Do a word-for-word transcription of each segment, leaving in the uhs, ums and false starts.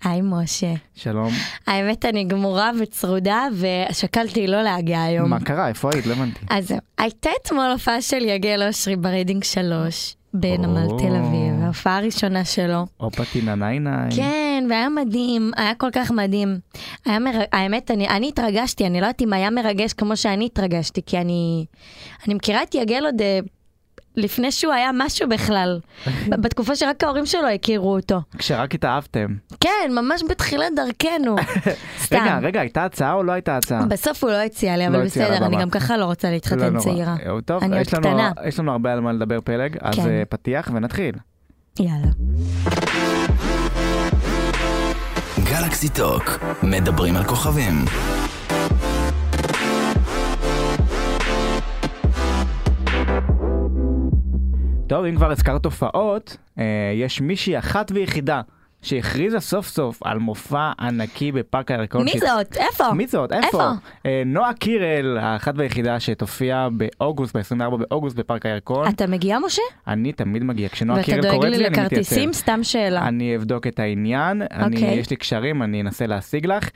היי משה. שלום. האמת אני גמורה וצרודה ושקלתי לא להגיע היום. מה קרה? איפה היית? לא הבנתי. אז זהו, הייתה אתמול הופעה של יגל אושרי בריידינג שלוש בנמל תל אביב, ההופעה הראשונה שלו. אופתי נאיי. כן, והיה מדהים, היה כל כך מדהים. היה מר... האמת, אני, אני התרגשתי, אני לא יודעת אם היה מרגש כמו שאני התרגשתי, כי אני, אני מכירה את יגל עוד לפני שהוא היה משהו בכלל, בתקופה שרק ההורים שלו הכירו אותו. כשרק התאהבתם. כן, ממש בתחילת דרכנו. סתם. רגע, רגע, הייתה הצעה או לא הייתה הצעה? בסוף הוא לא הציע לי, אבל בסדר, אני גם ככה לא רוצה להתחתן צעירה. טוב, אני עוד קטנה. יש לנו הרבה על מה לדבר פלג, אז פתיח ונתחיל. יאללה. גלקסי טוק, מדברים על כוכבים. טוב, אם כבר הזכרת תופעות, יש מישהי אחת ויחידה שהכריזה סוף סוף על מופע ענקי בפארק הירקון. מי זאת? איפה? מי זאת? איפה? נועה קירל, האחת ויחידה שתופיע באוגוסט, ב-עשרים וארבעה באוגוסט בפארק הירקון. אתה מגיע, משה? אני תמיד מגיע. כשנועה קירל קוראת לי, ואתה אני דואג מתייצב. לי לכרטיסים? סתם שאלה. אני אבדוק את העניין, יש לי קשרים, אני אנסה להשיג לך.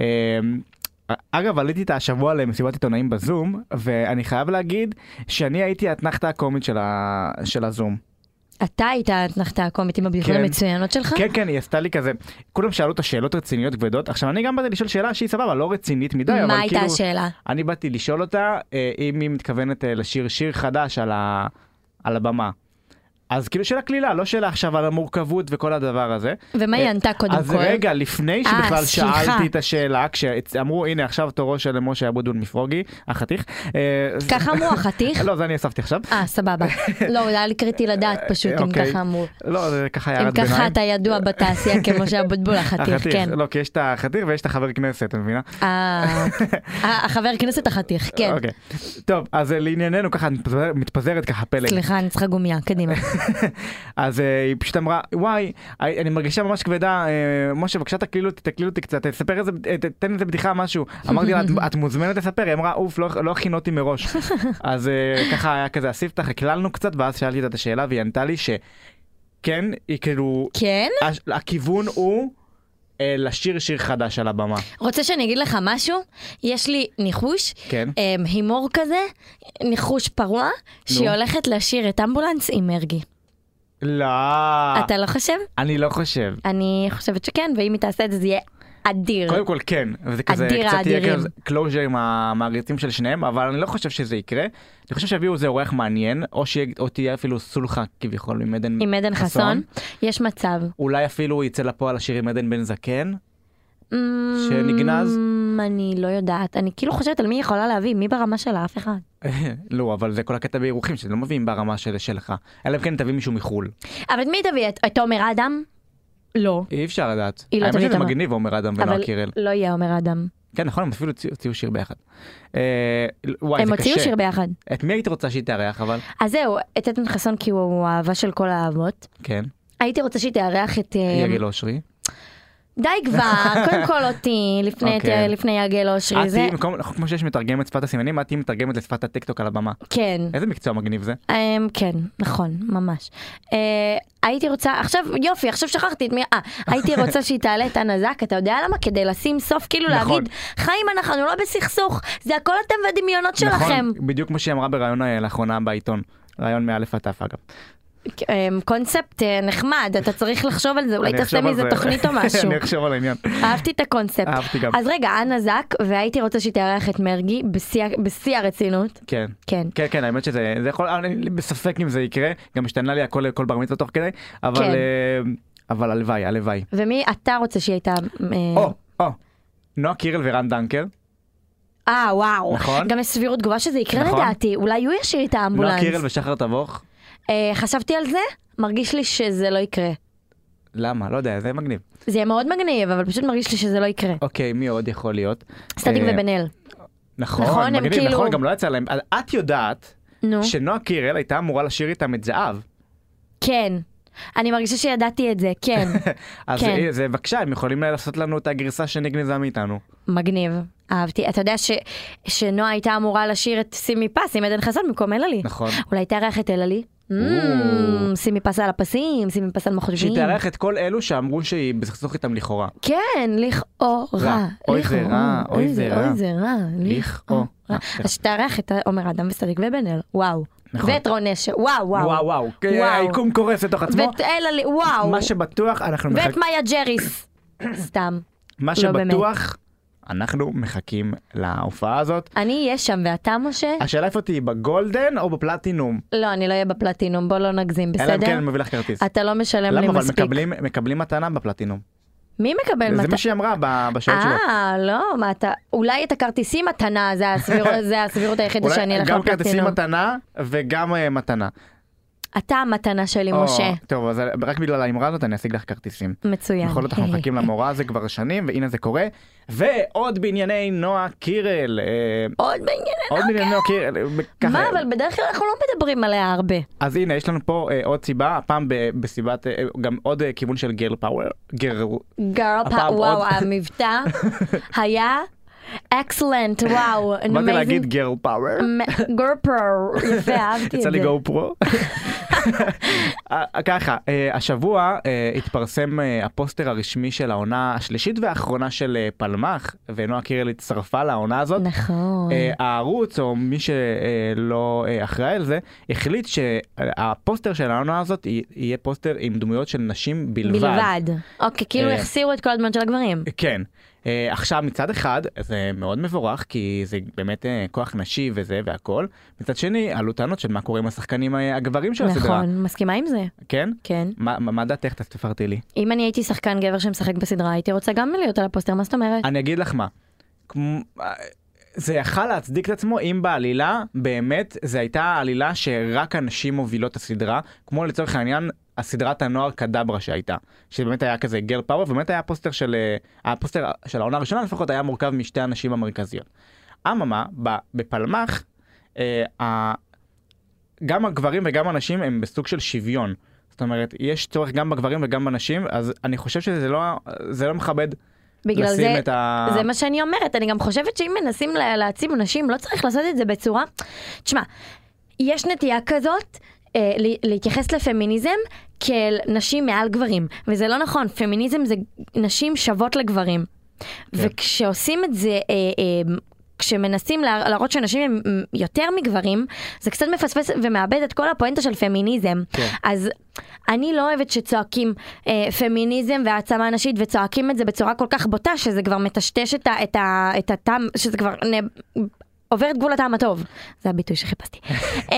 אגב, עליתי את השבוע למסיבת עיתונאים בזום, ואני חייב להגיד שאני הייתי האתנחתה הקומית של, ה... של הזום. אתה היית האתנחתה הקומית עם הבדיחות כן. המצוינות שלך? כן, כן, היא עשתה לי כזה, כולם שאלו את השאלות רציניות כבדות, עכשיו אני גם באתי לשאול שאלה שהיא סבבה, לא רצינית מדי, אבל כאילו... מה הייתה השאלה? אני באתי לשאול אותה, אם היא מתכוונת לשיר שיר חדש על, ה... על הבמה. אז כאילו שאלה כלילה, לא שאלה עכשיו על המורכבות וכל הדבר הזה. ומה היא ענתה קודם כל? אז רגע, לפני שבכלל שאלתי את השאלה, כשאמרו, הנה עכשיו תורו של משה אבוטבול מפרוגי, החתיך. ככה אמרו, החתיך? לא, זה אני אספתי עכשיו. אה, סבבה. לא, זה היה לי קריטי לדעת פשוט, אם ככה אמרו. לא, זה ככה ירד ביניים. אם ככה אתה ידוע בתעשייה כמשה אבוטבול, החתיך, כן. לא, כי יש את החתיך ויש את החבר כנסת, אתה מבינה? אה, החבר כנסת החתיך, כן. אוקיי. טוב, אז לענייננו ככה מתפזרת ככה פלג. סליחה, אני צריכה גומיה, קדימה. אז היא פשוט אמרה, וואי, אני מרגישה ממש כבדה, משה, בבקשה תקליל אותי, תקליל אותי קצת, תספר איזה, תן איזה בדיחה משהו. אמרתי לה, את מוזמנת לספר? היא אמרה, אוף, לא הכין אותי מראש. אז ככה היה כזה, הספתח, הקללנו קצת, ואז שאלתי את השאלה, והיא ענתה לי שכן, היא כאילו, כן? הכיוון הוא לשיר שיר חדש על הבמה. רוצה שאני אגיד לך משהו? יש לי ניחוש, כן. הימור כזה, ניחוש פרוע, שהיא הולכת לשיר את אמבולנס עם מרגי. לא. אתה לא חושב? אני לא חושב. אני חושבת שכן, ואם היא תעשה את זה, זה יהיה אדיר. קודם כל כן, וזה כזה אדיר קצת האדירים. יהיה כזה קלוז'ר עם המעריצים של שניהם, אבל אני לא חושב שזה יקרה. אני חושב שיביאו איזה אורח מעניין, או, שיה, או תהיה אפילו סולחה כביכול עם עדן, עם עדן חסון. חסון. יש מצב. אולי אפילו יצא לפועל השיר עם עדן בן זקן, mm, שנגנז. אני לא יודעת, אני כאילו חושבת על מי יכולה להביא, מי ברמה שלה, אף אחד. לא, אבל זה כל הקטע באירוחים, שזה לא מביאים ברמה של, שלך. אלא אם כן תביא מישהו מחול. אבל מי תביא? את עומר אדם? לא. אי אפשר לדעת. היא לא תביא את זה מגניב, עומר אדם ונועה קירל. אבל לא יהיה עומר אדם. כן, נכון, הם אפילו הוציאו שיר ביחד. וואי, הם הוציאו שיר ביחד. את מי היית רוצה שהיא תארח, אבל? אז זהו, את עדן חסון כי הוא האהבה של כל האהבות. כן. הייתי רוצה שהיא תארח את... יגל אושרי. די כבר, קודם כל אותי, לפני יגל אושרי. כמו שיש מתרגמת שפת הסימנים, את היא מתרגמת לשפת הטיקטוק על הבמה. כן. איזה מקצוע מגניב זה? כן, נכון, ממש. הייתי רוצה, עכשיו יופי, עכשיו שכחתי את מי, אה, הייתי רוצה שהיא תעלה את הנזק, אתה יודע למה? כדי לשים סוף, כאילו להגיד, חיים אנחנו לא בסכסוך, זה הכל אתם והדמיונות שלכם. נכון, בדיוק כמו שהיא אמרה ברעיון לאחרונה בעיתון, רעיון מאלף עד תף אגב. קונספט נחמד, אתה צריך לחשוב על זה, אולי תעשה מזה תוכנית או משהו. אני אחשוב על העניין. אהבתי את הקונספט. אהבתי גם. אז רגע, אנה זק, והייתי רוצה שהיא תארח את מרגי בשיא הרצינות. כן. כן. כן, כן, האמת שזה יכול, אני בספק אם זה יקרה, גם השתנה לי הכל כל בר מצווה תוך כדי, אבל אבל הלוואי, הלוואי. ומי אתה רוצה שהיא הייתה... או, או, נועה קירל ורן דנקר. אה, וואו. נכון. גם יש סבירות גבוהה שזה יקרה לדעתי, אולי הוא ישיר את האמבולנס. נועה קירל ושחר תבוך. חשבתי על זה, מרגיש לי שזה לא יקרה. למה? לא יודע, זה מגניב. זה יהיה מאוד מגניב, אבל פשוט מרגיש לי שזה לא יקרה. אוקיי, מי עוד יכול להיות? סטטיק ובן אל. נכון, מגניב, נכון, גם לא יצא להם. את יודעת שנועה קירל הייתה אמורה לשיר איתם את זהב. כן. אני מרגישה שידעתי את זה, כן. אז זה בבקשה, הם יכולים לעשות לנו את הגרסה שנגנזה מאיתנו. מגניב, אהבתי. אתה יודע שנועה הייתה אמורה לשיר את שימי פס עם עדן חסון במקום אלעלי. נכון. אולי תארח את אלעלי? שימי פס על הפסים, שימי פס על מחשבים. שהיא תארח את כל אלו שאמרו שהיא בסכסוך איתם לכאורה. כן, לכאורה. אוי זה רע, אוי זה רע. אוי זה רע, לכאורה. אז שתארח את עומר אדם וסדיק ובן-אל, וואו. ואת רון נשר, וואו, וואו. וואו, וואו. היקום קורס לתוך עצמו. ואת אלה, וואו. מה שבטוח, אנחנו ואת מאיה ג'ריס. סתם. מה שבטוח, אנחנו מחכים להופעה הזאת. אני אהיה שם, ואתה, משה? השאלה איפה תהי, בגולדן או בפלטינום? לא, אני לא אהיה בפלטינום, בוא לא נגזים, בסדר? אלא אם כן, אני מביא לך כרטיס. אתה לא משלם לי מספיק. למה? אבל מקבלים מתנה בפלטינום. מי מקבל מתנה? זה מה שהיא אמרה בשעות שלו. אה, לא, מה אתה... אולי את הכרטיסים מתנה, זה הסבירות היחידה שאני אלך לפלטינום. גם כרטיסים מתנה וגם מתנה. אתה המתנה שלי, משה. טוב, אז רק בגלל האמרה הזאת אני אשיג לך כרטיסים. מצוין. בכל זאת אנחנו מחכים למורה הזה כבר שנים, והנה זה קורה. ועוד בענייני נועה קירל. עוד בענייני נועה קירל. מה, אבל בדרך כלל אנחנו לא מדברים עליה הרבה. אז הנה, יש לנו פה עוד סיבה, הפעם בסיבת, גם עוד כיוון של גרל פאוור. גרל פאוור, וואו, המבטא היה... אקסלנט, וואו. באתי להגיד גרל פאוור. גרל פאוור, יפה, אהבתי את זה. יצא לי גו פרו. ככה, השבוע התפרסם הפוסטר הרשמי של העונה השלישית והאחרונה של פלמח, ונועה קירל הצטרפה לעונה הזאת. נכון. הערוץ, או מי שלא אחראי על זה, החליט שהפוסטר של העונה הזאת יהיה פוסטר עם דמויות של נשים בלבד. בלבד. אוקיי, כאילו החסירו את כל הדמויות של הגברים. כן. Uh, עכשיו מצד אחד זה מאוד מבורך כי זה באמת uh, כוח נשי וזה והכל. מצד שני עלו טענות של מה קורה עם השחקנים הגברים של הסדרה. נכון, מסכימה עם זה. כן? כן. מה, מה דעתך? תפרטי לי. אם אני הייתי שחקן גבר שמשחק בסדרה הייתי רוצה גם להיות על הפוסטר, מה זאת אומרת? אני אגיד לך מה. כמו... זה יכל להצדיק את עצמו אם בעלילה באמת זה הייתה עלילה שרק אנשים מובילות את הסדרה, כמו לצורך העניין הסדרת הנוער קדברה שהייתה, שבאמת היה כזה גרל פאוור, ובאמת היה פוסטר של, הפוסטר של העונה הראשונה לפחות היה מורכב משתי הנשים המרכזיות. אממה, בפלמח, גם הגברים וגם הנשים הם בסוג של שוויון. זאת אומרת, יש צורך גם בגברים וגם בנשים, אז אני חושב שזה לא, זה לא מכבד. בגלל זה, ה... זה מה שאני אומרת, אני גם חושבת שאם מנסים להציב נשים, לא צריך לעשות את זה בצורה, תשמע, יש נטייה כזאת, אה, להתייחס לפמיניזם כאל נשים מעל גברים, וזה לא נכון, פמיניזם זה נשים שוות לגברים, כן. וכשעושים את זה, אה, אה, כשמנסים להראות שנשים הם יותר מגברים, זה קצת מפספס ומאבד את כל הפואנטה של פמיניזם. כן. אז אני לא אוהבת שצועקים אה, פמיניזם והעצמה נשית, וצועקים את זה בצורה כל כך בוטה, שזה כבר מטשטש את, ה, את, ה, את הטעם, שזה כבר נ... עובר את גבול הטעם הטוב. זה הביטוי שחיפשתי. אה,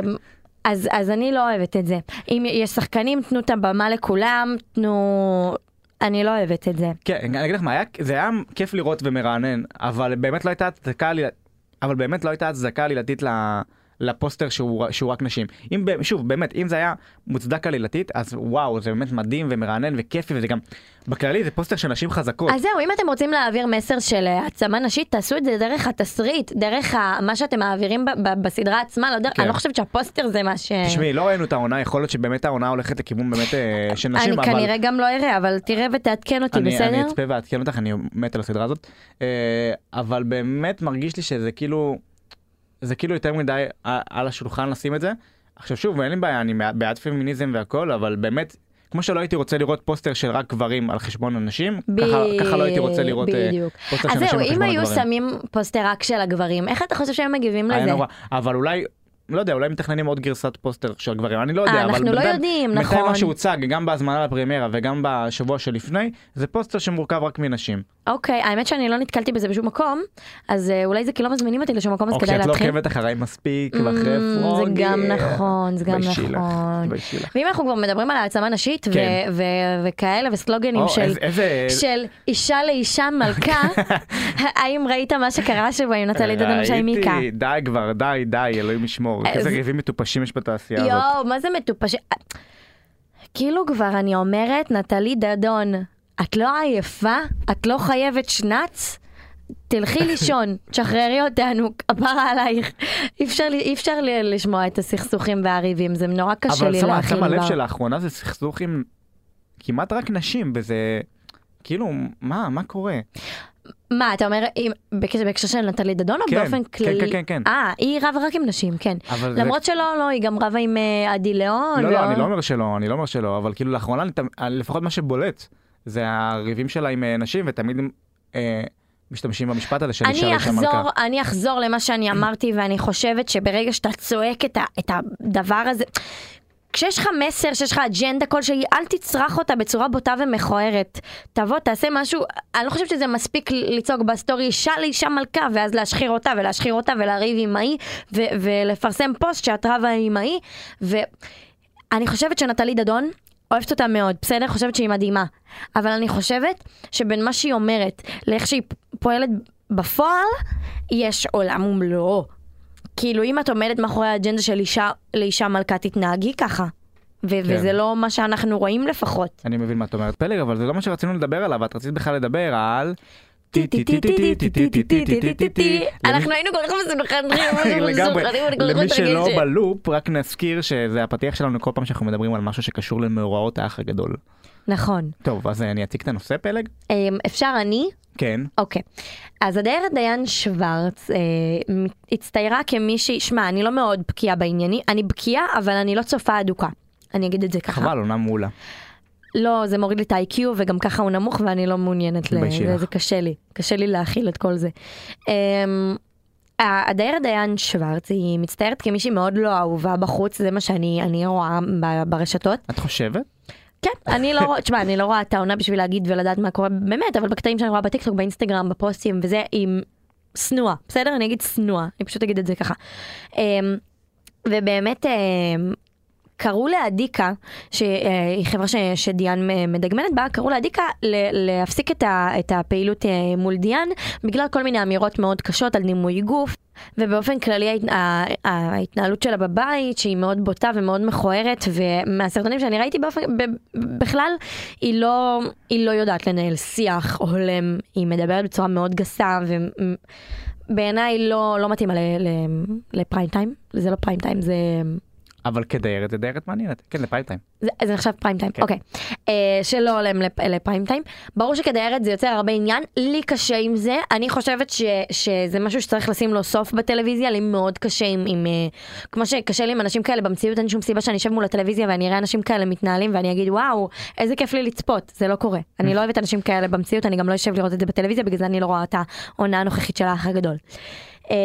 אז, אז אני לא אוהבת את זה. אם יש שחקנים, תנו את הבמה לכולם, תנו... אני לא אוהבת את זה. כן, אני אגיד לך מה, היה, זה היה כיף לראות ומרענן, אבל באמת לא הייתה הצדקה, אבל באמת לא הייתה הצדקה עלילתית לפוסטר שהוא, שהוא רק נשים. אם, שוב, באמת, אם זה היה מוצדק עלילתית, אז וואו, זה באמת מדהים ומרענן וכיפי, וזה גם, בכללי זה פוסטר של נשים חזקות. אז זהו, אם אתם רוצים להעביר מסר של העצמה נשית, תעשו את זה דרך התסריט, דרך מה שאתם מעבירים בסדרה עצמה, לא דרך, כן. אני לא חושבת שהפוסטר זה מה ש... תשמעי, לא ראינו את העונה, יכול להיות שבאמת העונה הולכת לכיוון באמת של נשים, אני אבל... כנראה גם לא אראה, אבל תראה ותעדכן אותי, אני, בסדר? אני אצפה ועדכן אותך, אני מת על הסדרה הזאת, אבל באמת מרגיש לי שזה כאילו, זה כאילו יותר מדי על השולחן לשים את זה. עכשיו שוב, אין לי בעיה, אני בעד פמיניזם והכל, אבל באמת, כמו שלא הייתי רוצה לראות פוסטר של רק גברים על חשבון אנשים, ככה, ככה לא הייתי רוצה לראות בדיוק. פוסטר של נשים על חשבון הגברים. אז זהו, אם היו שמים פוסטר רק של הגברים, איך אתה חושב שהם מגיבים לזה? נורא, אבל אולי... לא יודע, אולי מתכננים עוד גרסת פוסטר של גברים, אני לא יודע, 아, אנחנו אבל לא יודעים, נכון. מתי מה שהוצג, גם בהזמנה לפרימיירה וגם בשבוע שלפני, זה פוסטר שמורכב רק מנשים. אוקיי, האמת שאני לא נתקלתי בזה בשום מקום, אז uh, אולי זה כי לא מזמינים אותי לשום מקום, אז כדאי להתחיל. או כשאת לא עוקבת אחריי מספיק, ואחרי פרוגי. זה גם נכון, זה גם נכון. ואם אנחנו כבר מדברים על העצמה נשית, וכאלה, וסלוגנים של אישה לאישה מלכה, האם ראית מה שקרה שבו עם נטלי דדון שי מיקה? די כבר, די, די, אלוהים ישמור. איזה ריבים מטופשים יש בתעשייה הזאת. יואו, מה זה מטופשים? כאילו כבר אני אומרת, נטלי דדון, את לא עייפה? את לא חייבת שנץ? תלכי לישון, תשחררי אותנו, כפרה עלייך. אי אפשר, אי אפשר לשמוע את הסכסוכים והריבים, זה נורא קשה לי להכיל. אבל שמה לב שלאחרונה זה סכסוכים כמעט רק נשים, וזה כאילו, מה, מה קורה? מה, אתה אומר, בהקשר של נטלי דדון או באופן כללי? כן, כן, כן. אה, היא רבה רק עם נשים, כן. למרות שלא, לא, היא גם רבה עם עדי ליאון. לא, לא, אני לא אומר שלא, אני לא אומר שלא, אבל כאילו לאחרונה, לפחות מה שבולט, זה הריבים שלה עם נשים, ותמיד משתמשים במשפט הזה של אישה לאישה מלכה. אני אחזור למה שאני אמרתי, ואני חושבת שברגע שאתה צועק את הדבר הזה, כשיש לך מסר, שיש לך אג'נדה כלשהי, אל תצרח אותה בצורה בוטה ומכוערת. תבוא, תעשה משהו, אני לא חושבת שזה מספיק לצעוק בסטורי אישה לאישה מלכה, ואז להשחיר אותה ולהשחיר אותה ולריב עם האי, ו- ולפרסם פוסט שאת רבה עם האי, ואני חושבת שנטלי דדון, אוהבת אותה מאוד, בסדר? חושבת שהיא מדהימה. אבל אני חושבת שבין מה שהיא אומרת, לאיך שהיא פועלת בפועל, יש עולם ומלואו. כאילו, אם את עומדת מאחורי האג'נדה של אישה לאישה מלכה, תתנהגי ככה. וזה לא מה שאנחנו רואים לפחות. אני מבין מה את אומרת, פלג, אבל זה לא מה שרצינו לדבר עליו, את רצית בכלל לדבר על... אנחנו היינו כל כך מסונכרנים. לגמרי, למי שלא בלופ, רק נזכיר שזה הפתיח שלנו כל פעם שאנחנו מדברים על משהו שקשור למאורעות האח הגדול. נכון. טוב, אז אני אציג את הנושא, פלג? אפשר אני? כן. אוקיי. אז הדיירת דיין שוורץ הצטיירה כמישהי, שמע, אני לא מאוד בקיאה בענייני, אני בקיאה, אבל אני לא צופה אדוקה. אני אגיד את זה ככה. חבל, עונה מעולה. לא, זה מוריד לי את ה-איי קיו, וגם ככה הוא נמוך, ואני לא מעוניינת לזה, זה קשה לי. קשה לי להכיל את כל זה. הדיירת דיין שוורץ, היא מצטיירת כמישהי מאוד לא אהובה בחוץ, זה מה שאני רואה ברשתות. את חושבת? כן, אני לא רואה, תשמע, אני לא רואה את העונה בשביל להגיד ולדעת מה קורה באמת, אבל בקטעים שאני רואה בטיקטוק, באינסטגרם, בפוסטים, וזה עם סנוע, בסדר? אני אגיד סנוע, אני פשוט אגיד את זה ככה. ובאמת, קראו לאדיקה, שהיא חברה שדיאן מדגמנת בה, קראו לאדיקה להפסיק את הפעילות מול דיאן, בגלל כל מיני אמירות מאוד קשות על דימוי גוף, ובאופן כללי ההתנהלות שלה בבית, שהיא מאוד בוטה ומאוד מכוערת, ומהסרטונים שאני ראיתי בכלל, היא לא, היא לא יודעת לנהל שיח הולם, היא מדברת בצורה מאוד גסה, ובעיניי לא, לא מתאימה לפריים טיים, זה לא פריים טיים, זה... אבל כדיירת, זה דיירת מעניינת. כן, לפריים טיים. זה, זה נחשב פריים טיים, אוקיי. אה, שלא עולם לפ, לפריים טיים. ברור שכדיירת זה יוצר הרבה עניין. לי קשה עם זה. אני חושבת ש, שזה משהו שצריך לשים לו סוף בטלוויזיה. לי מאוד קשה עם, עם... כמו שקשה לי עם אנשים כאלה במציאות, אין שום סיבה שאני אשב מול הטלוויזיה ואני אראה אנשים כאלה מתנהלים ואני אגיד, וואו, איזה כיף לי לצפות. זה לא קורה. אני לא אוהבת אנשים כאלה במציאות, אני גם לא אשב לראות את זה בטלוויזיה, בגלל זה אני לא רואה את העונה הנוכחית של האח הגדול. אה,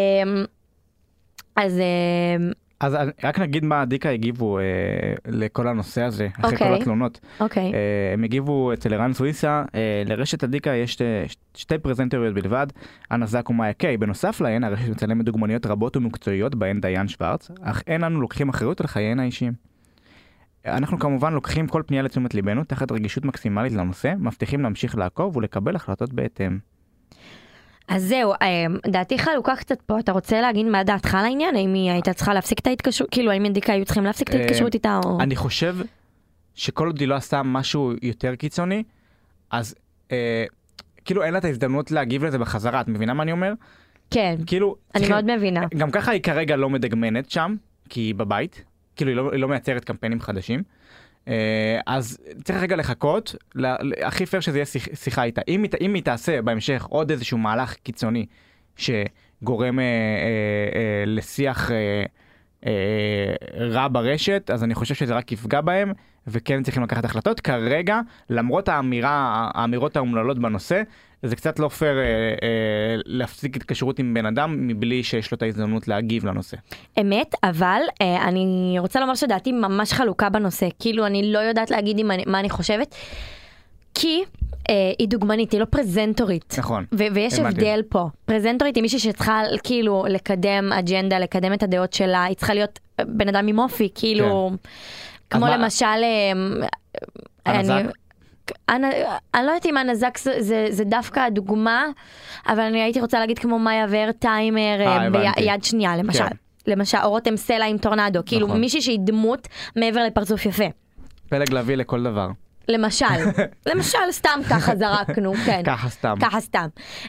אז... אז רק נגיד מה אדיקה הגיבו אה, לכל הנושא הזה, אחרי okay. כל התלונות. Okay. אה, הם הגיבו אצל ערן סוויסה, אה, לרשת אדיקה יש שתי, שתי פרזנטוריות בלבד, אנה זק ומאיה קיי. בנוסף להן, הרשת מצלמת דוגמניות רבות ומקצועיות בהן דיין שוורץ, אך אין אנו לוקחים אחריות על חייהן האישיים. אנחנו כמובן לוקחים כל פנייה לתשומת ליבנו, תחת רגישות מקסימלית לנושא, מבטיחים להמשיך לעקוב ולקבל החלטות בהתאם. אז זהו, דעתי חלוקה קצת פה, אתה רוצה להגיד מה דעתך על העניין? האם היא הייתה צריכה להפסיק את ההתקשרות, כאילו האם אדיקה היו צריכים להפסיק את ההתקשרות איתה או... אני חושב שכל עוד היא לא עשתה משהו יותר קיצוני, אז כאילו אין לה את ההזדמנות להגיב לזה בחזרה, את מבינה מה אני אומר? כן, אני מאוד מבינה. גם ככה היא כרגע לא מדגמנת שם, כי היא בבית, כאילו היא לא מייצרת קמפיינים חדשים, אז צריך רגע לחכות, הכי פייר שזה יהיה שיחה איתה. אם, אם היא תעשה בהמשך עוד איזשהו מהלך קיצוני שגורם אה, אה, אה, לשיח אה, אה, רע ברשת, אז אני חושב שזה רק יפגע בהם, וכן צריכים לקחת החלטות. כרגע, למרות האמירה, האמירות האומללות בנושא, זה קצת לא פייר אה, אה, להפסיק התקשרות עם בן אדם מבלי שיש לו את ההזדמנות להגיב לנושא. אמת, אבל אה, אני רוצה לומר שדעתי ממש חלוקה בנושא. כאילו אני לא יודעת להגיד מה, מה אני חושבת, כי אה, היא דוגמנית, היא לא פרזנטורית. נכון. ו- ויש הבדל פה. פרזנטורית היא מישהי שצריכה כאילו לקדם אג'נדה, לקדם את הדעות שלה, היא צריכה להיות בן אדם עם אופי, כאילו, כן. כמו למשל... אה, אני... אני, אני לא יודעת אם הנזק זה, זה, זה דווקא הדוגמה, אבל אני הייתי רוצה להגיד כמו מאיה ורטיימר ביד שנייה, למשל. כן. למשל, או רותם סלע עם טורנדו, כאילו נכון. מישהי שהיא דמות מעבר לפרצוף יפה. פלג להביא לכל דבר. למשל, למשל סתם ככה זרקנו, כן. ככה סתם. ככה סתם.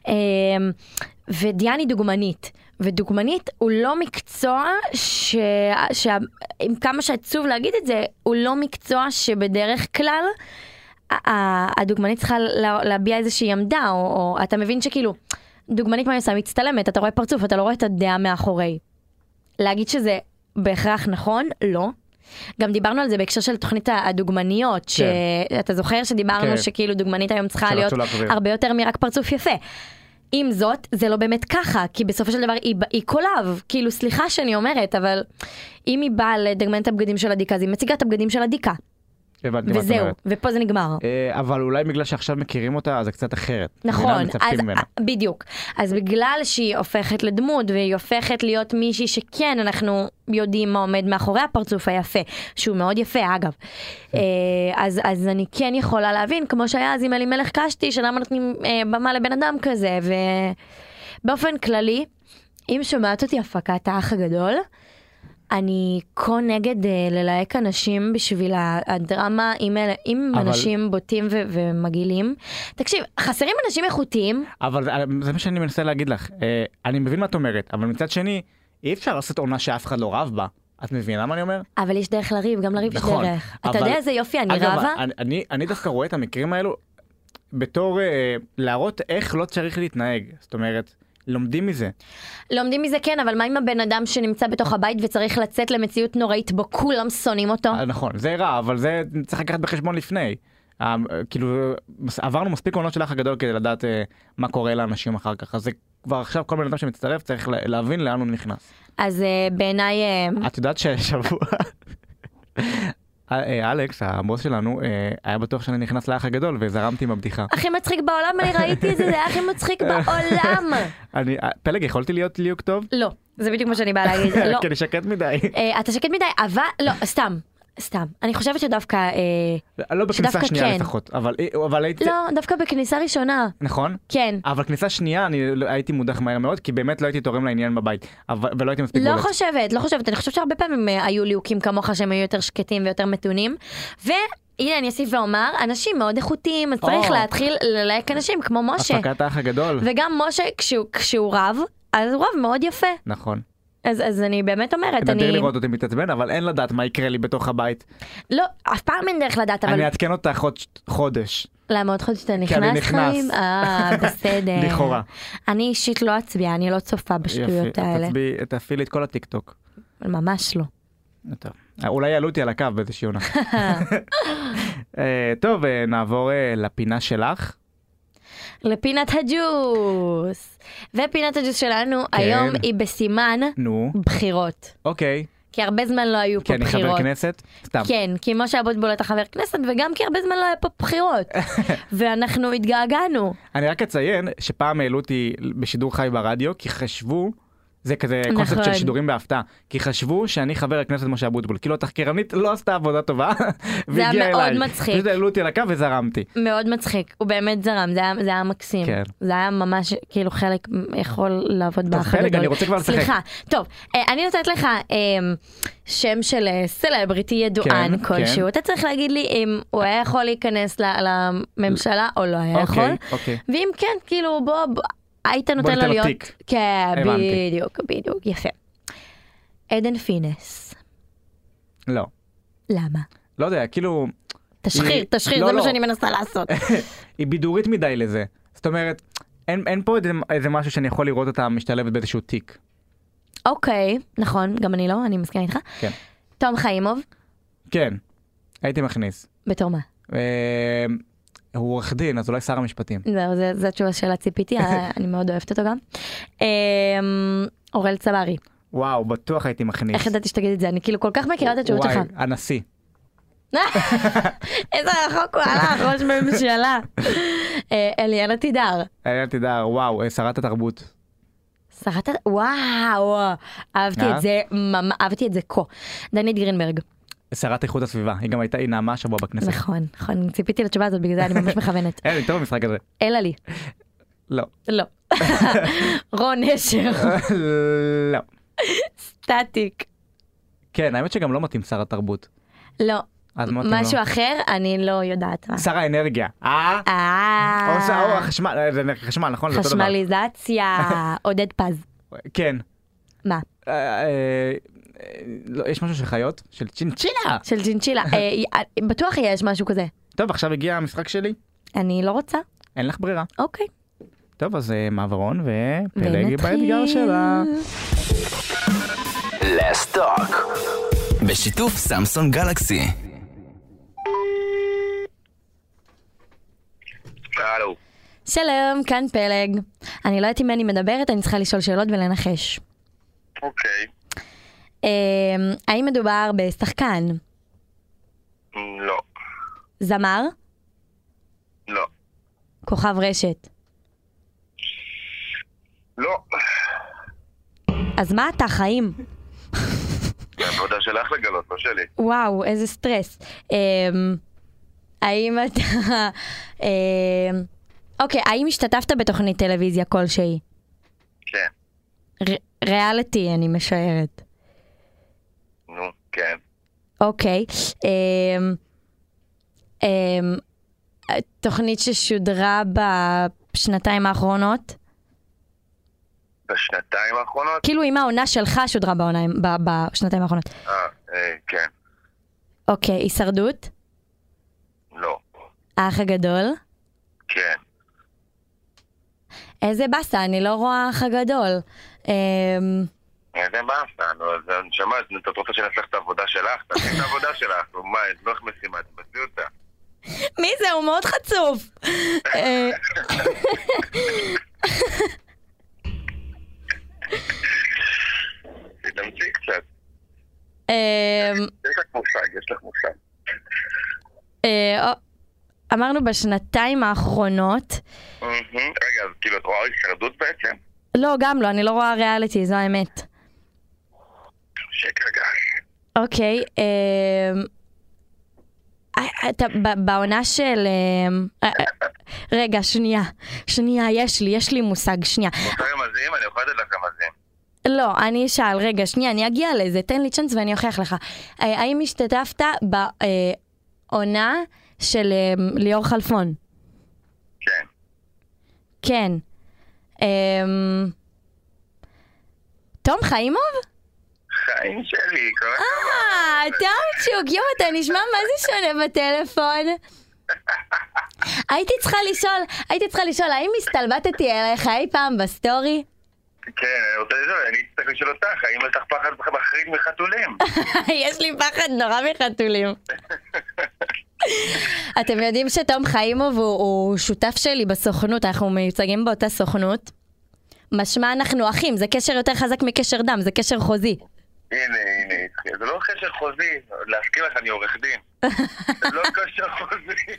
ודיאן היא דוגמנית, ודוגמנית הוא לא מקצוע ש... ש... עם כמה שעצוב להגיד את זה, הוא לא מקצוע שבדרך כלל הדוגמנית צריכה להביע איזושהי עמדה, או אתה מבין שכאילו, דוגמנית מה עושה, מצטלמת, אתה רואה פרצוף, אתה לא רואה את הדעה מאחורי. להגיד שזה בהכרח נכון? לא. גם דיברנו על זה בהקשר של תוכנית הדוגמניות, שאתה זוכר שדיברנו שכאילו דוגמנית היום צריכה להיות הרבה יותר מרק פרצוף יפה. עם זאת, זה לא באמת ככה, כי בסופו של דבר היא, היא קולב, כאילו סליחה שאני אומרת, אבל אם היא באה לדגמן את הבגדים של הדיקה, אז היא מציגה את הבגדים של הדיקה. וזהו, ופה זה נגמר. אבל אולי בגלל שעכשיו מכירים אותה, אז זה קצת אחרת. נכון, אז בדיוק. אז בגלל שהיא הופכת לדמות, והיא הופכת להיות מישהי שכן, אנחנו יודעים מה עומד מאחורי הפרצוף היפה, שהוא מאוד יפה, אגב. אז, אז אני כן יכולה להבין, כמו שהיה אז עם אלימלך קשתי, שלמה נותנים במה לבן אדם כזה, ובאופן כללי, אם שומעת אותי הפקת האח הגדול, אני כה נגד uh, ללהק אנשים בשביל הדרמה עם, עם אבל... אנשים בוטים ו- ומגילים. תקשיב, חסרים אנשים איכותיים. אבל זה מה שאני מנסה להגיד לך. Uh, אני מבין מה את אומרת, אבל מצד שני, אי אפשר לעשות עונה שאף אחד לא רב בה. את מבינה מה אני אומר? אבל יש דרך לריב, גם לריב נכון, יש דרך. אבל... אתה יודע איזה יופי, אני אגב, רבה? אני, אני, אני דווקא רואה את המקרים האלו בתור uh, להראות איך לא צריך להתנהג. זאת אומרת... לומדים מזה. לומדים מזה כן, אבל מה עם הבן אדם שנמצא בתוך הבית וצריך לצאת למציאות נוראית בו כולם שונאים אותו? נכון, זה רע, אבל זה צריך לקחת בחשבון לפני. כאילו, עברנו מספיק עונות של האח הגדול כדי לדעת מה קורה לאנשים אחר כך, אז זה כבר עכשיו כל בן אדם שמצטרף צריך להבין לאן הוא נכנס. אז בעיניי... את יודעת ששבוע... אלכס, הבוס שלנו, היה בטוח שאני נכנס לאח הגדול וזרמתי עם הבדיחה. הכי מצחיק בעולם, אני ראיתי את זה, זה היה הכי מצחיק בעולם. פלג, יכולתי להיות ליוק טוב? לא, זה בדיוק מה שאני באה להגיד. כי אני שקט מדי. אתה שקט מדי, אבל לא, סתם. סתם. אני חושבת שדווקא... לא בכניסה שנייה לפחות, אבל הייתי... לא, דווקא בכניסה ראשונה. נכון? כן. אבל כניסה שנייה אני הייתי מודח מהר מאוד, כי באמת לא הייתי תורם לעניין בבית, ולא הייתי מספיק בולט. לא חושבת, לא חושבת. אני חושבת שהרבה פעמים היו ליהוקים כמוך שהם היו יותר שקטים ויותר מתונים, והנה אני אוסיף ואומר, אנשים מאוד איכותיים, אז צריך להתחיל ללהק אנשים כמו משה. הפקת האח הגדול. וגם משה, כשהוא רב, אז הוא רב מאוד יפה. נכון. אז, אז אני באמת אומרת, אני... נדיר לראות אותי מתעצבן, אבל אין לדעת מה יקרה לי בתוך הבית. לא, אף פעם אין דרך לדעת, אבל... אני אעדכן אותך עוד חודש. למה עוד חודש אתה נכנס? כי אני נכנס. אה, בסדר. לכאורה. אני אישית לא אצביע, אני לא צופה בשטויות האלה. יפי, תפעילי את כל הטיקטוק. ממש לא. טוב. אולי יעלו אותי על הקו באיזושהי עונה. טוב, נעבור לפינה שלך. לפינת הג'וס. ופינת הג'וס שלנו כן. היום היא בסימן נו. בחירות. אוקיי. כי הרבה זמן לא היו פה כן, בחירות. כן, אני חבר כנסת? סתם. כן, כי משה אבוטבול אתה חבר כנסת, וגם כי הרבה זמן לא היה פה בחירות. ואנחנו התגעגענו. אני רק אציין שפעם העלו אותי בשידור חי ברדיו, כי חשבו... זה כזה קונספט של שידורים בהפתעה, כי חשבו שאני חבר הכנסת משה אבוטבול, כאילו התחקירנית לא עשתה עבודה טובה, והגיעה אליי. זה היה מאוד מצחיק. פשוט העלו אותי על הקו וזרמתי. מאוד מצחיק, הוא באמת זרם, זה היה, זה היה מקסים. כן. זה היה ממש כאילו חלק יכול לעבוד באח הגדול. אני רוצה כבר לשחק. סליחה, טוב, אני נותנת לך שם של סלבריטי ידוען כן, כלשהו, כן. אתה צריך להגיד לי אם הוא היה יכול להיכנס לממשלה או לא היה יכול, אוקיי, אוקיי. ואם כן, כאילו בוא... היית נותן לו להיות... כן, בדיוק, בדיוק, יפה. עדן פינס. לא. למה? לא יודע, כאילו... תשחיר, תשחיר, זה מה שאני מנסה לעשות. היא בידורית מדי לזה. זאת אומרת, אין פה איזה משהו שאני יכול לראות אותה משתלבת באיזשהו תיק. אוקיי, נכון, גם אני לא, אני מסכימה איתך. כן. תום חיימוב? כן, הייתי מכניס. בתור מה? הוא עורך דין, אז אולי שר המשפטים. זהו, זו התשובה של הציפיתי, אני מאוד אוהבת אותו גם. אורל צברי. וואו, בטוח הייתי מכניס. איך ידעתי שתגיד את זה? אני כאילו כל כך מכירה את התשובות שלך. וואי, הנשיא. איזה רחוק הוא הלך, ראש ממשלה. אליאנה תידר. אליאנה תידר, וואו, שרת התרבות. שרת התרבות, וואו, אהבתי את זה, אהבתי את זה כה. דנית גרינברג. שרת איכות הסביבה, היא גם הייתה, היא נעמה שבוע בכנסת. נכון, נכון, ציפיתי לתשובה הזאת, בגלל זה אני ממש מכוונת. אין, אני טוב במשחק הזה. אלא לי. לא. לא. רון נשר. לא. סטטיק. כן, האמת שגם לא מתאים שר התרבות. לא. משהו אחר, אני לא יודעת מה. שר האנרגיה. אה? אה. או החשמל, זה חשמל, נכון? חשמליזציה. עודד פז. כן. מה? יש משהו של חיות? של צ'ינצ'ילה. של צ'ינצ'ילה. בטוח יש משהו כזה. טוב, עכשיו הגיע המשחק שלי. אני לא רוצה. אין לך ברירה. אוקיי. טוב, אז מעברון ופלג באתגר שלה. Let's talk. בשיתוף סמסונג גלקסי. הלו. שלום, כאן פלג. אני לא יודעת אם אני מדברת, אני צריכה לשאול שאלות ולנחש. אוקיי. האם מדובר בשחקן? לא. זמר? לא. כוכב רשת? לא. אז מה אתה, חיים? העבודה שלך לגלות, לא שלי. וואו, איזה סטרס. האם אתה... אוקיי, האם השתתפת בתוכנית טלוויזיה כלשהי? כן. ריאליטי, אני משערת. נו, כן. אוקיי. תוכנית ששודרה בשנתיים האחרונות? בשנתיים האחרונות? כאילו אם העונה שלך שודרה בשנתיים האחרונות. אה, כן. אוקיי, הישרדות? לא. האח הגדול? כן. איזה בסה, אני לא רואה האח הגדול. איזה בסה, אני שמעת, את רוצה שנצלח את העבודה שלך? תעשי את העבודה שלך, מה, את לא איך משימה, תבצעי אותה. מי זה? הוא מאוד חצוף. תדמצי קצת. יש לך מושג, יש לך מושג. אמרנו בשנתיים האחרונות. רגע, אז כאילו את רואה הישרדות בעצם? לא, גם לא, אני לא רואה ריאליטי, זו האמת. שקר גש. אוקיי, אתה בעונה של... רגע, שנייה, שנייה, יש לי, יש לי מושג, שנייה. מושג המזים, אני אוכל לתת לך המזים. לא, אני אשאל, רגע, שנייה, אני אגיע לזה, תן לי צ'אנס ואני אוכיח לך. האם השתתפת בעונה של ליאור חלפון? כן. כן. תום חיימוב? חיים שלי, כל הכבוד. אה, תומצ'וק, יום, אתה נשמע מה זה שונה בטלפון? הייתי צריכה לשאול, הייתי צריכה לשאול, האם הסתלבטתי אליך אי פעם בסטורי? כן, אני רוצה לשאול, אני צריך לשאול אותך, האם יש לך פחד מחריד מחתולים? יש לי פחד נורא מחתולים. אתם יודעים שתום חיימוב הוא שותף שלי בסוכנות, אנחנו מיוצגים באותה סוכנות. משמע אנחנו אחים, זה קשר יותר חזק מקשר דם, זה קשר חוזי. הנה, הנה, זה לא קשר חוזי, להזכיר לך, אני עורך דין. זה לא קשר חוזי.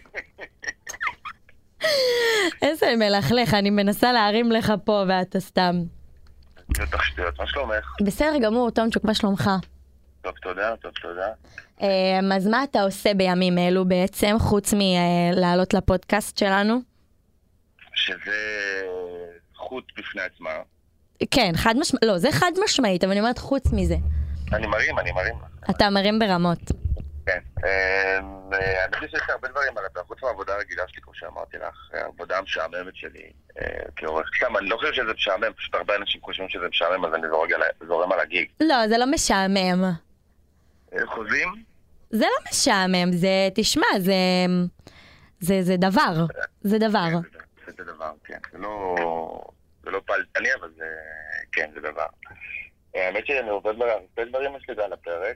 איזה מלכלך, אני מנסה להרים לך פה ואתה סתם. זה תשתיות, מה שלומך? בסדר גמור, תומצ'וק, מה שלומך? טוב, תודה, טוב, תודה. אז מה אתה עושה בימים אלו בעצם, חוץ מלעלות לפודקאסט שלנו? שזה זכות בפני עצמה. כן, חד משמעית, לא, זה חד משמעית, אבל אני אומרת חוץ מזה. אני מרים, אני מרים. אתה מרים ברמות. כן, אני חושב שיש הרבה דברים על זה, חוץ מהעבודה הרגילה שלי, כמו שאמרתי לך, העבודה המשעממת שלי, כעורך. סתם, אני לא חושב שזה משעמם, פשוט הרבה אנשים חושבים שזה משעמם, אז אני זורם על הגיג. לא, זה לא משעמם. חוזים? זה לא משעמם, זה, תשמע, זה, זה, זה דבר, זה דבר. זה דבר, כן, זה לא, זה לא פעלתני, אבל זה, כן, זה דבר. האמת שאני עובד הרבה דברים יש לי על הפרק.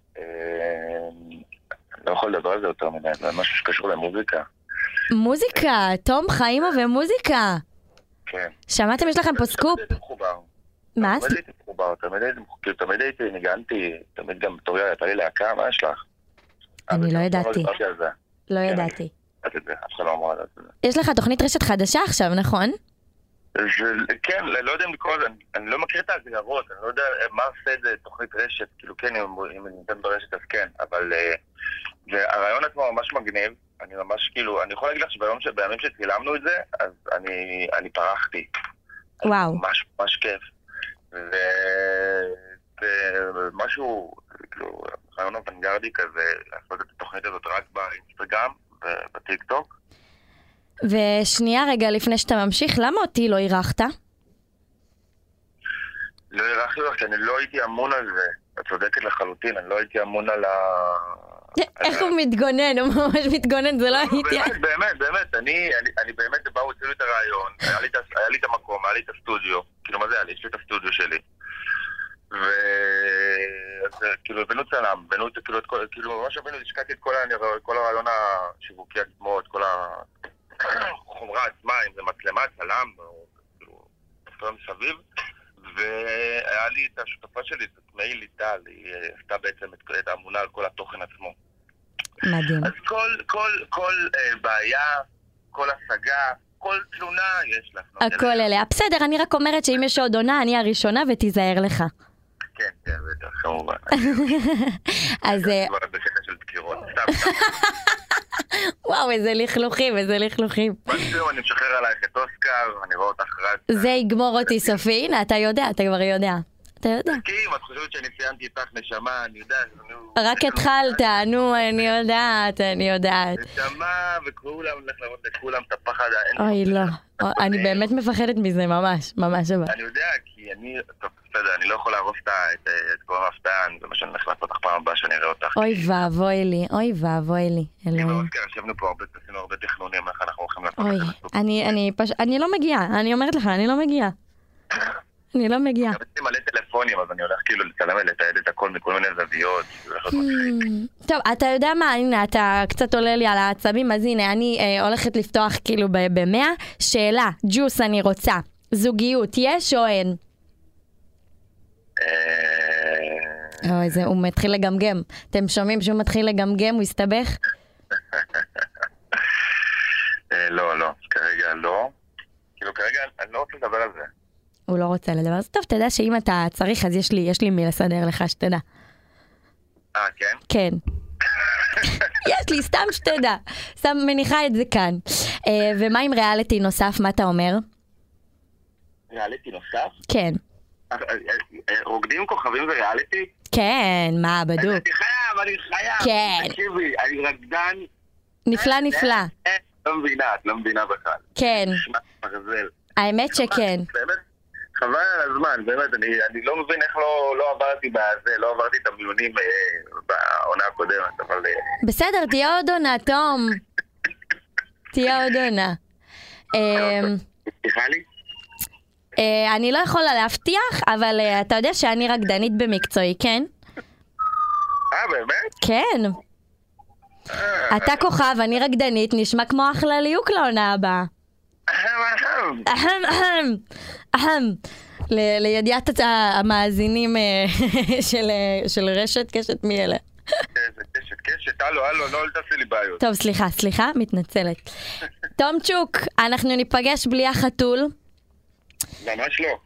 לא יכול לדבר על זה יותר מדי, זה משהו שקשור למוזיקה. מוזיקה, תום חיימו ומוזיקה. כן. שמעתם, יש לכם פה סקופ? מה? תמיד הייתי מחובר, תמיד הייתי, ניגנתי, תמיד גם בתוריה, הייתה לי להקה, מה יש לך? אני לא ידעתי. לא ידעתי. אף אחד לא אמרה על זה. יש לך תוכנית רשת חדשה עכשיו, נכון? כן, לא יודע אם לקרוא לזה, אני לא מכיר את ההגדרות, אני לא יודע מה עושה את זה תוכנית רשת, כאילו כן, אם אני נותן ברשת אז כן, אבל הרעיון עצמו ממש מגניב, אני ממש כאילו, אני יכול להגיד לך שבימים שצילמנו את זה, אז אני פרחתי. וואו. ממש ממש כיף. ומשהו, כאילו, רעיון אוונגרדי כזה, לעשות את התוכנית הזאת רק באינסטגרם ובטיק טוק. ושנייה רגע לפני שאתה ממשיך, למה אותי לא אירחת? לא אירחתי לך, כי אני לא הייתי אמון על זה. את צודקת לחלוטין, אני לא הייתי אמון על, ה... איך הוא מתגונן, הוא ממש מתגונן, זה לא הייתי... באמת, באמת, באמת, אני באמת, באו הציעו לי את הרעיון, היה לי את המקום, היה לי את הסטודיו, כאילו מה זה היה לי? יש לי את הסטודיו שלי. וכאילו הבאנו צלם, הבאנו את כאילו ממש הבאנו, השקעתי את כל הרעיון השיווקי עצמו, את כל החומרה עצמה, אם זה מצלמה, צלם, כאילו, מסביב, והיה לי את השותפה שלי, את מי ליטל, היא עשתה בעצם את האמונה על כל התוכן עצמו. מדהים. אז כל, כל, כל בעיה, כל השגה, כל תלונה יש לך. הכל אליה. בסדר, אני רק אומרת שאם יש עוד עונה, אני הראשונה ותיזהר לך. כן, כן, בטח, כמובן. אז... כבר בקטע של דקירות, סתם. וואו, איזה לכלוכים, איזה לכלוכים. מקסימום, אני משחרר עלייך את אוסקר, אני רואה אותך רץ. זה יגמור אותי סופי, הנה, אתה יודע, אתה כבר יודע. אתה יודע. תסכים, את חושבת שאני סיימתי איתך נשמה, אני יודעת. רק התחלת, נו, אני יודעת, אני יודעת. נשמה, וכולם, הולך לראות לכולם את הפחד. אוי, לא. אני באמת מפחדת מזה, ממש, ממש אבל. אני יודע, כי אני, טוב, בסדר, אני לא יכול להרוס את כל המפתעה, זה מה שאני הולך לעשות לך פעם הבאה שאני אראה אותך. אוי ואבוי לי, אוי ואבוי לי, אלוהים. עם האוסקר, ישבנו פה הרבה, עשינו הרבה תכנונים, איך אנחנו הולכים לעשות. אוי, אני, אני פשוט, אני לא מגיעה, אני אומרת לך, אני לא מגיעה. אני לא מגיעה. אני עשיתי מלא טלפונים, אז אני הולך כאילו לצלם ולתעד את הכל מכל מיני זוויות. טוב, אתה יודע מה, הנה, אתה קצת עולה לי על העצבים, אז הנה, אני הולכת לפתוח כאילו במאה. שאלה, ג'וס אני רוצה, זוגיות, יש או אין? אוי, זה, הוא מתחיל לגמגם. אתם שומעים שהוא מתחיל לגמגם, הוא יסתבך? לא, לא, כרגע לא. כאילו כרגע אני לא רוצה לדבר על זה. הוא לא רוצה לדבר. אז טוב, אתה יודע שאם אתה צריך, אז יש לי, יש לי מי לסדר לך, שתדע. אה, כן? כן. יש לי, סתם שתדע. סתם מניחה את זה כאן. ומה עם ריאליטי נוסף, מה אתה אומר? ריאליטי נוסף? כן. רוקדים כוכבים וריאליטי? כן, מה, בדוק. אני חייב, אני חייב. כן. תקשיבי, אני רקדן. נפלא, נפלא. לא מבינה, את לא מבינה בכלל. כן. האמת שכן. באמת, חבל על הזמן, באמת, אני, אני לא מבין איך לא, לא עברתי בזה, לא עברתי את המיונים אה, בעונה הקודמת, אבל... בסדר, תהיה עוד עונה, תום. תהיה עוד עונה. סליחה לי? אני לא יכולה להבטיח, אבל אתה יודע שאני רקדנית במקצועי, כן? אה, באמת? כן. אתה כוכב, אני רקדנית, נשמע כמו אחלה ליוק לעונה הבאה. אהם, אהם, אהם. לידיעת המאזינים של רשת קשת מי אלה. קשת, קשת, הלו, הלו, לא תעשי לי בעיות. טוב, סליחה, סליחה, מתנצלת. תומצ'וק, אנחנו ניפגש בלי החתול. ממש לא.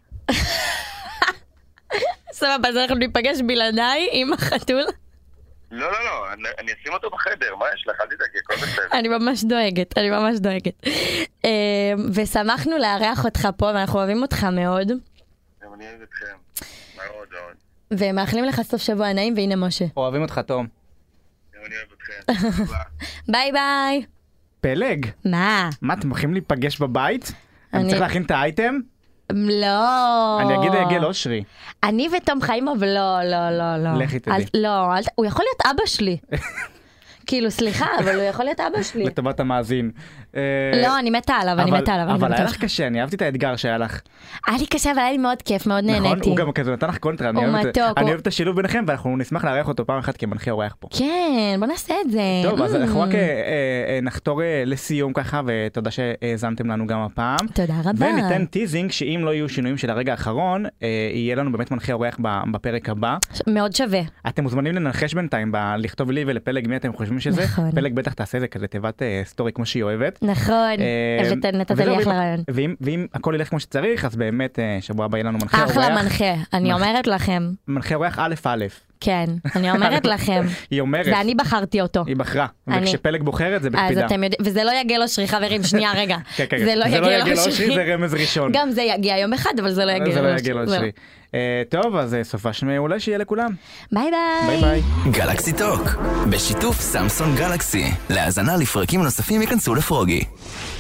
סבבה, אז אנחנו ניפגש בלעדיי עם החתול. לא, לא, לא, אני, אני אשים אותו בחדר, מה יש לך? אל תדאגי, הכל בסדר. אני ממש דואגת, אני ממש דואגת. ושמחנו לארח אותך פה, ואנחנו אוהבים אותך מאוד. גם אני אוהב אתכם, מאוד מאוד. ומאחלים לך סוף שבוע נעים, והנה משה. אוהבים אותך, תום. גם אני אוהב אתכם. ביי ביי. פלג. מה? מה, אתם הולכים להיפגש בבית? אני צריך להכין את האייטם? לא. אני אגיד יגל אושרי. אני ותום חיימוב, לא, לא, לא, לא. לכי תדעי. לא, הוא יכול להיות אבא שלי. כאילו, סליחה, אבל הוא יכול להיות אבא שלי. לטובת המאזין. לא, אני מתה עליו, אני מתה עליו. אבל היה לך קשה, אני אהבתי את האתגר שהיה לך. היה לי קשה, אבל היה לי מאוד כיף, מאוד נהניתי. נכון, הוא גם כזה נתן לך קונטרה. הוא מתוק. אני אוהב את השילוב ביניכם, ואנחנו נשמח לארח אותו פעם אחת כמנחה אורח פה. כן, בוא נעשה את זה. טוב, אז אנחנו רק נחתור לסיום ככה, ותודה שהאזנתם לנו גם הפעם. תודה רבה. וניתן טיזינג שאם לא יהיו שינויים של הרגע האחרון, יהיה לנו באמת מנחה אורח בפרק הבא. מאוד שווה. אתם מוזמנים לנחש בינתיים, לכתוב לי ולפלג מי אתם חושבים שזה. פלג בטח תעשה זה כזה תיבת סטורי כמו שהיא אוהבת. נכון, נתת לי אחלה רעיון. ואם הכל ילך כמו שצריך, אז באמת שבוע הבא יהיה לנו מנחה אורח. אחלה מנחה, אני אומרת לכם. מנחה אורח א' א'. כן, אני אומרת לכם. היא אומרת. ואני בחרתי אותו. היא בחרה. וכשפלג בוחרת זה בקפידה. וזה לא יגל אושרי, חברים, שנייה רגע. זה לא יגל אושרי, זה רמז ראשון. גם זה יגיע יום אחד, אבל זה לא יגל אושרי. טוב, אז סופש מעולה שיהיה לכולם. ביי ביי. ביי ביי. גלקסי טוק, בשיתוף סמסון גלקסי. להאזנה לפרקים נוספים ייכנסו לפרוגי.